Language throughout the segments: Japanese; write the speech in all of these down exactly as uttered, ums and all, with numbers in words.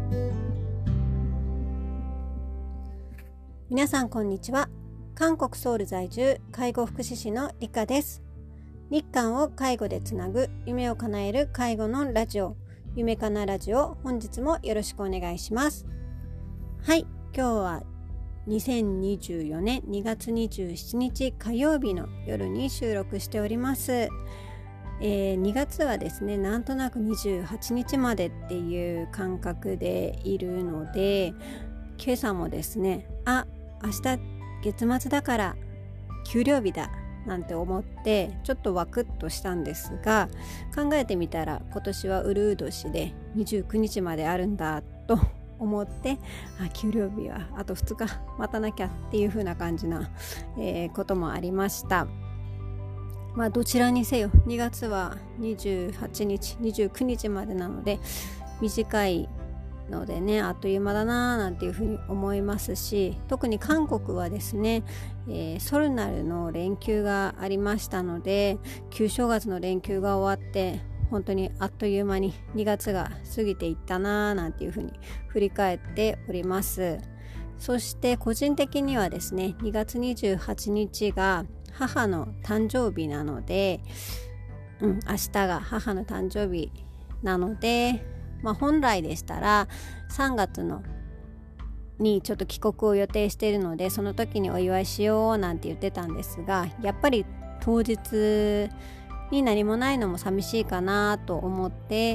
皆さんこんにちは。韓国ソウル在住介護福祉士のリカです。日韓を介護でつなぐ夢を叶える介護のラジオ、夢かなラジオ、本日もよろしくお願いします。はい、今日はにせんにじゅうよねんにがつにじゅうしちにち火曜日の夜に収録しております。えー、にがつはですね、なんとなくにじゅうはちにちまでっていう感覚でいるので、今朝もですね、あ、明日月末だから給料日だなんて思ってちょっとワクッとしたんですが、考えてみたら今年はウルー年でにじゅうくにちまであるんだと思って、あ、給料日はあとふつか待たなきゃっていう風な感じな、えー、こともありました。まあどちらにせよにがつはにじゅうはちにちにじゅうくにちまでなので短いのでね、あっという間だななんていうふうに思いますし、特に韓国はですね、えー、ソルナルの連休がありましたので、旧正月の連休が終わって本当にあっという間ににがつが過ぎていったななんていうふうに振り返っております。そして個人的にはですね、にがつにじゅうはちにちが母の誕生日なので、うん、明日が母の誕生日なので、まあ、本来でしたらさんがつのにちょっと帰国を予定しているので、その時にお祝いしようなんて言ってたんですが、やっぱり当日に何もないのも寂しいかなと思って、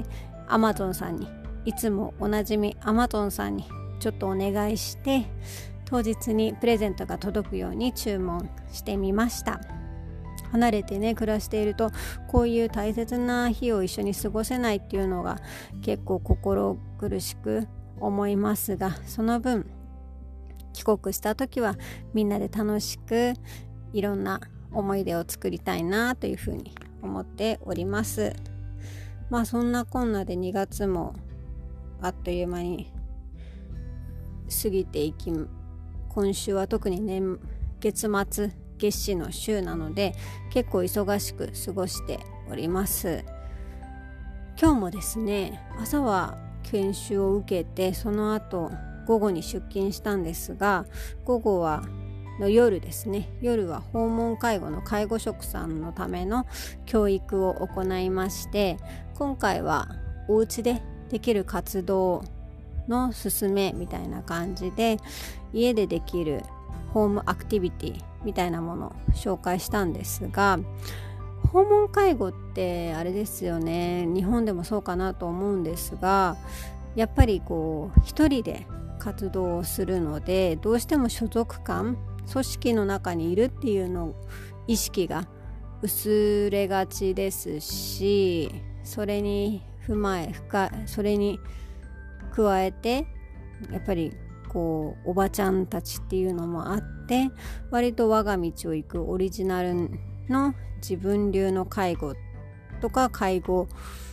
アマゾンさんに、いつもおなじみアマゾンさんにちょっとお願いして、当日にプレゼントが届くように注文してみました。離れてね暮らしていると、こういう大切な日を一緒に過ごせないっていうのが結構心苦しく思いますが、その分帰国した時はみんなで楽しくいろんな思い出を作りたいなというふうに思っております。まあそんなこんなでにがつもあっという間に過ぎていき、今週は特に年月末月始の週なので結構忙しく過ごしております。今日もですね、朝は研修を受けて、その後午後に出勤したんですが、午後はの夜ですね、夜は訪問介護の介護職さんのための教育を行いまして、今回はお家でできる活動の勧めみたいな感じで、家でできるホームアクティビティみたいなものを紹介したんですが、訪問介護ってあれですよね、日本でもそうかなと思うんですが、やっぱりこう一人で活動をするので、どうしても所属感、組織の中にいるっていうの意識が薄れがちですし、それに踏まえ深それに加えてやっぱりこうおばちゃんたちっていうのもあって、割と我が道を行くオリジナルの自分流の介護とか介護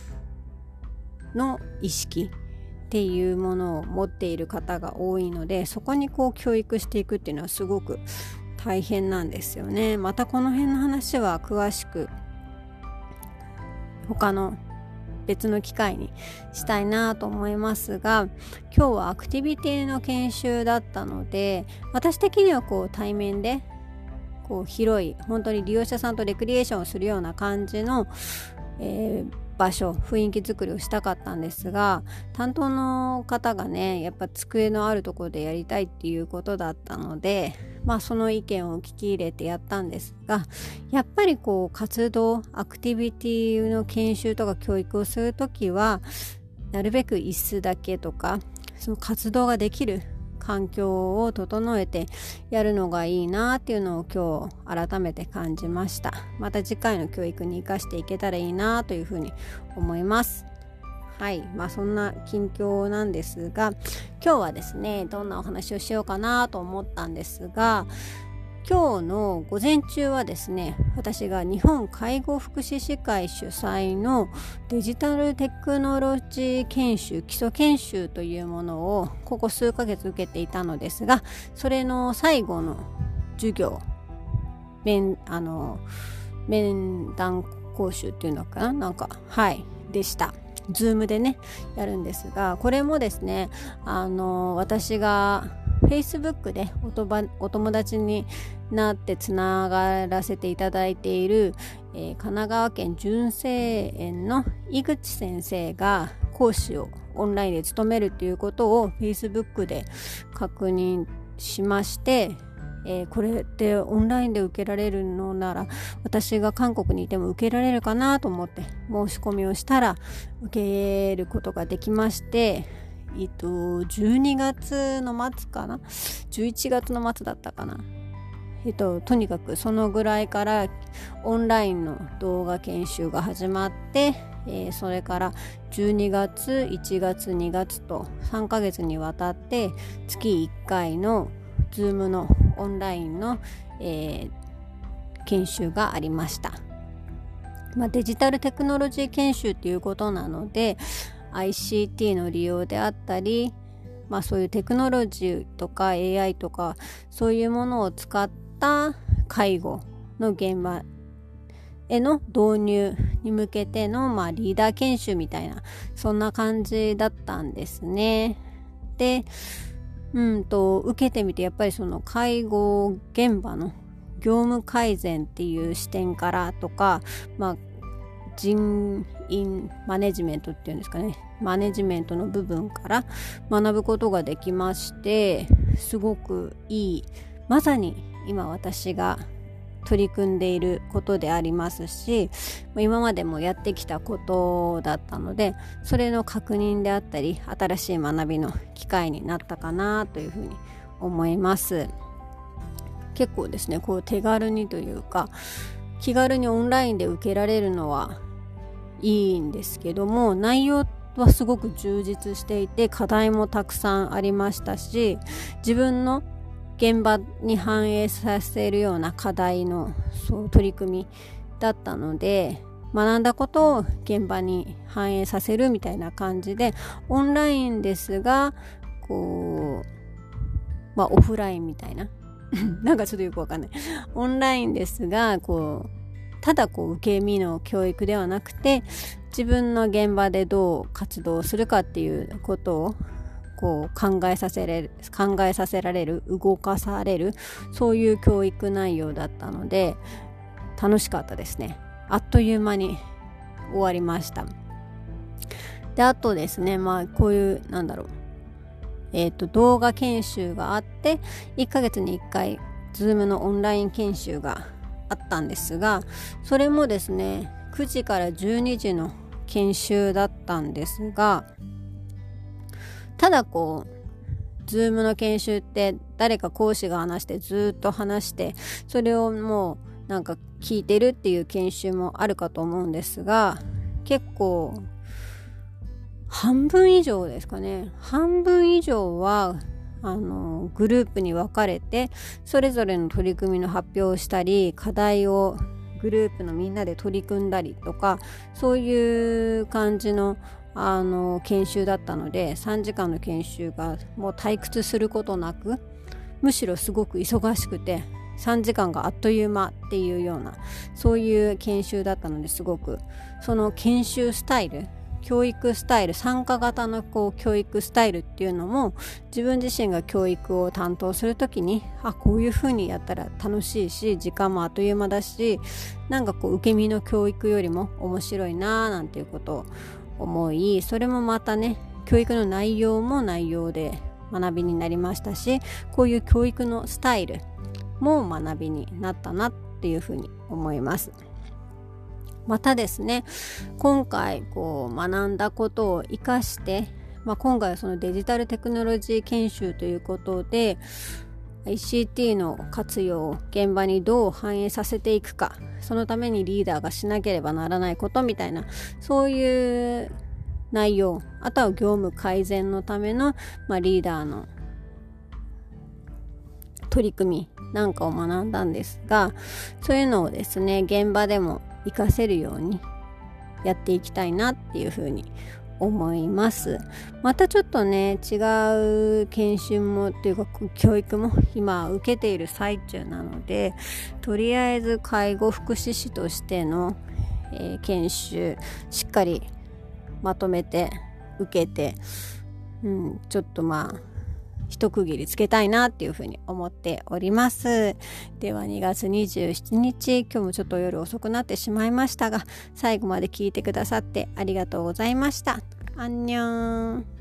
の意識っていうものを持っている方が多いので、そこにこう教育していくっていうのはすごく大変なんですよね。またこの辺の話は詳しく他の別の機会にしたいなと思いますが、今日はアクティビティの研修だったので、私的にはこう対面でこう広い、本当に利用者さんとレクリエーションをするような感じの、えー、場所、雰囲気作りをしたかったんですが、担当の方がね、やっぱ机のあるところでやりたいっていうことだったので、まあその意見を聞き入れてやったんですが、やっぱりこう活動、アクティビティの研修とか教育をするときは、なるべく椅子だけとか、その活動ができる環境を整えてやるのがいいなっていうのを今日改めて感じました。また次回の教育に生かしていけたらいいなというふうに思います。はい、まあそんな近況なんですが、今日はですね、どんなお話をしようかなと思ったんですが、今日の午前中はですね、私が日本介護福祉士会主催のデジタルテクノロジー研修、基礎研修というものをここ数ヶ月受けていたのですが、それの最後の授業、面あの面談講習っていうのかな、なんかはいでした。 ズームでねやるんですが、これもですねあの私が Facebook でおとばお友達になってつながらせていただいている、えー、神奈川県純正園の井口先生が講師をオンラインで務めるということを Facebook で確認しまして、えー、これってオンラインで受けられるのなら私が韓国にいても受けられるかなと思って申し込みをしたら受けることができまして、えっと、じゅうにがつの末かなじゅういちがつの末だったかな、えっと、とにかくそのぐらいからオンラインの動画研修が始まって、えー、それからじゅうにがつ、いちがつ、にがつとさんかげつにわたって月いっかいの Zoom のオンラインの、えー、研修がありました。まあ、デジタルテクノロジー研修ということなので アイシーティー の利用であったり、まあ、そういうテクノロジーとか エーアイ とかそういうものを使った介護の現場への導入に向けての、まあ、リーダー研修みたいなそんな感じだったんですね。で、うんと受けてみてやっぱりその介護現場の業務改善っていう視点からとか、まあ、人員マネジメントっていうんですかね、マネジメントの部分から学ぶことができまして、すごくいい、まさに今私が取り組んでいることでありますし、今までもやってきたことだったので、それの確認であったり新しい学びの機会になったかなというふうに思います。結構ですねこう手軽にというか気軽にオンラインで受けられるのはいいんですけども、内容はすごく充実していて課題もたくさんありましたし、自分の現場に反映させるような課題のそう取り組みだったので、学んだことを現場に反映させるみたいな感じでオンラインですがこう、まあ、オフラインみたいななんかちょっとよくわかんないオンラインですがこうただこう受け身の教育ではなくて自分の現場でどう活動するかっていうことをこう考えさせられる、考えさせられる、動かされる、そういう教育内容だったので楽しかったですね。あっという間に終わりました。で、あとですね、まあこういうなんだろう、えっと動画研修があっていっかげつにいっかい Zoom のオンライン研修があったんですが、それもですねくじからじゅうにじの研修だったんですが、ただこう Zoom の研修って誰か講師が話してずっと話してそれをもうなんか聞いてるっていう研修もあるかと思うんですが、結構半分以上ですかね、半分以上はあのグループに分かれてそれぞれの取り組みの発表をしたり課題をグループのみんなで取り組んだりとかそういう感じのあの研修だったので、さんじかんの研修がもう退屈することなく、むしろすごく忙しくてさんじかんがあっという間っていうようなそういう研修だったので、すごくその研修スタイル、教育スタイル、参加型のこう教育スタイルっていうのも自分自身が教育を担当するときに、あ、こういう風にやったら楽しいし時間もあっという間だし、なんかこう受け身の教育よりも面白いなーなんていうことを思い、それもまたね教育の内容も内容で学びになりましたし、こういう教育のスタイルも学びになったなっていうふうに思います。またですね、今回こう学んだことを生かして、まあ、今回はそのデジタルテクノロジー研修ということで アイシーティー の活用を現場にどう反映させていくか、そのためにリーダーがしなければならないことみたいなそういう内容、あとは業務改善のための、まあ、リーダーの取り組みなんかを学んだんですが、そういうのをですね現場でも活かせるようにやっていきたいなっていうふうに思います。またちょっとね違う研修もっていうか教育も今受けている最中なので、とりあえず介護福祉士としての、えー、研修しっかりまとめて受けて、うん、ちょっとまあ一区切りつけたいなっていうふうに思っております。ではにがつにじゅうしちにち、今日もちょっと夜遅くなってしまいましたが、最後まで聞いてくださってありがとうございました。アンニョン。